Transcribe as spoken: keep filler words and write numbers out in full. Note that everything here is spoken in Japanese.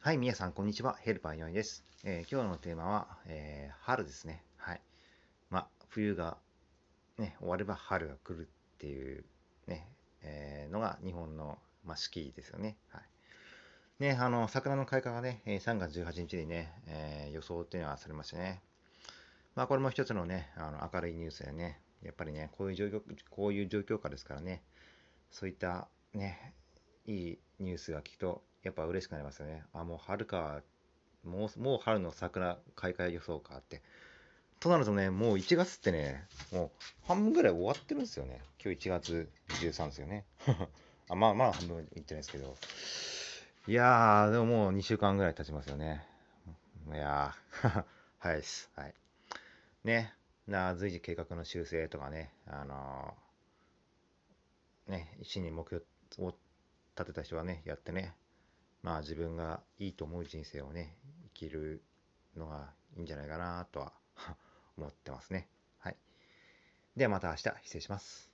はい、皆さん、こんにちは。ヘルパー井上です。えー今日のテーマは、えー春ですね。はい。まあ、冬が、ね、終われば春が来るっていうね、えーのが日本の、まあ、四季ですよね。はい。ね、あの、桜の開花がね、えーさんがつじゅうはちにちにね、えー予想っていうのはされましたね。まあ、これも一つのね、あの明るいニュースでね、やっぱりね、こういう状況、こういう状況下ですからね、そういったね、いいニュースが聞くと、やっぱ嬉しくなりますよね。あ、もう春か、もう、もう春の桜開花予想かって。となるとね、もういちがつってね、もう半分ぐらい終わってるんですよね。今日いちがつじゅうさんですよね。あ、まあまあ半分いってないですけど。いやー、でももうにしゅうかんぐらい経ちますよね。いやー、早いです。はい。ね。な、随時計画の修正とかね、あのーね、一心に目標を立てた人はね、やってね、まあ自分がいいと思う人生をね、生きるのがいいんじゃないかなとは思ってますね。はい。ではまた明日失礼します。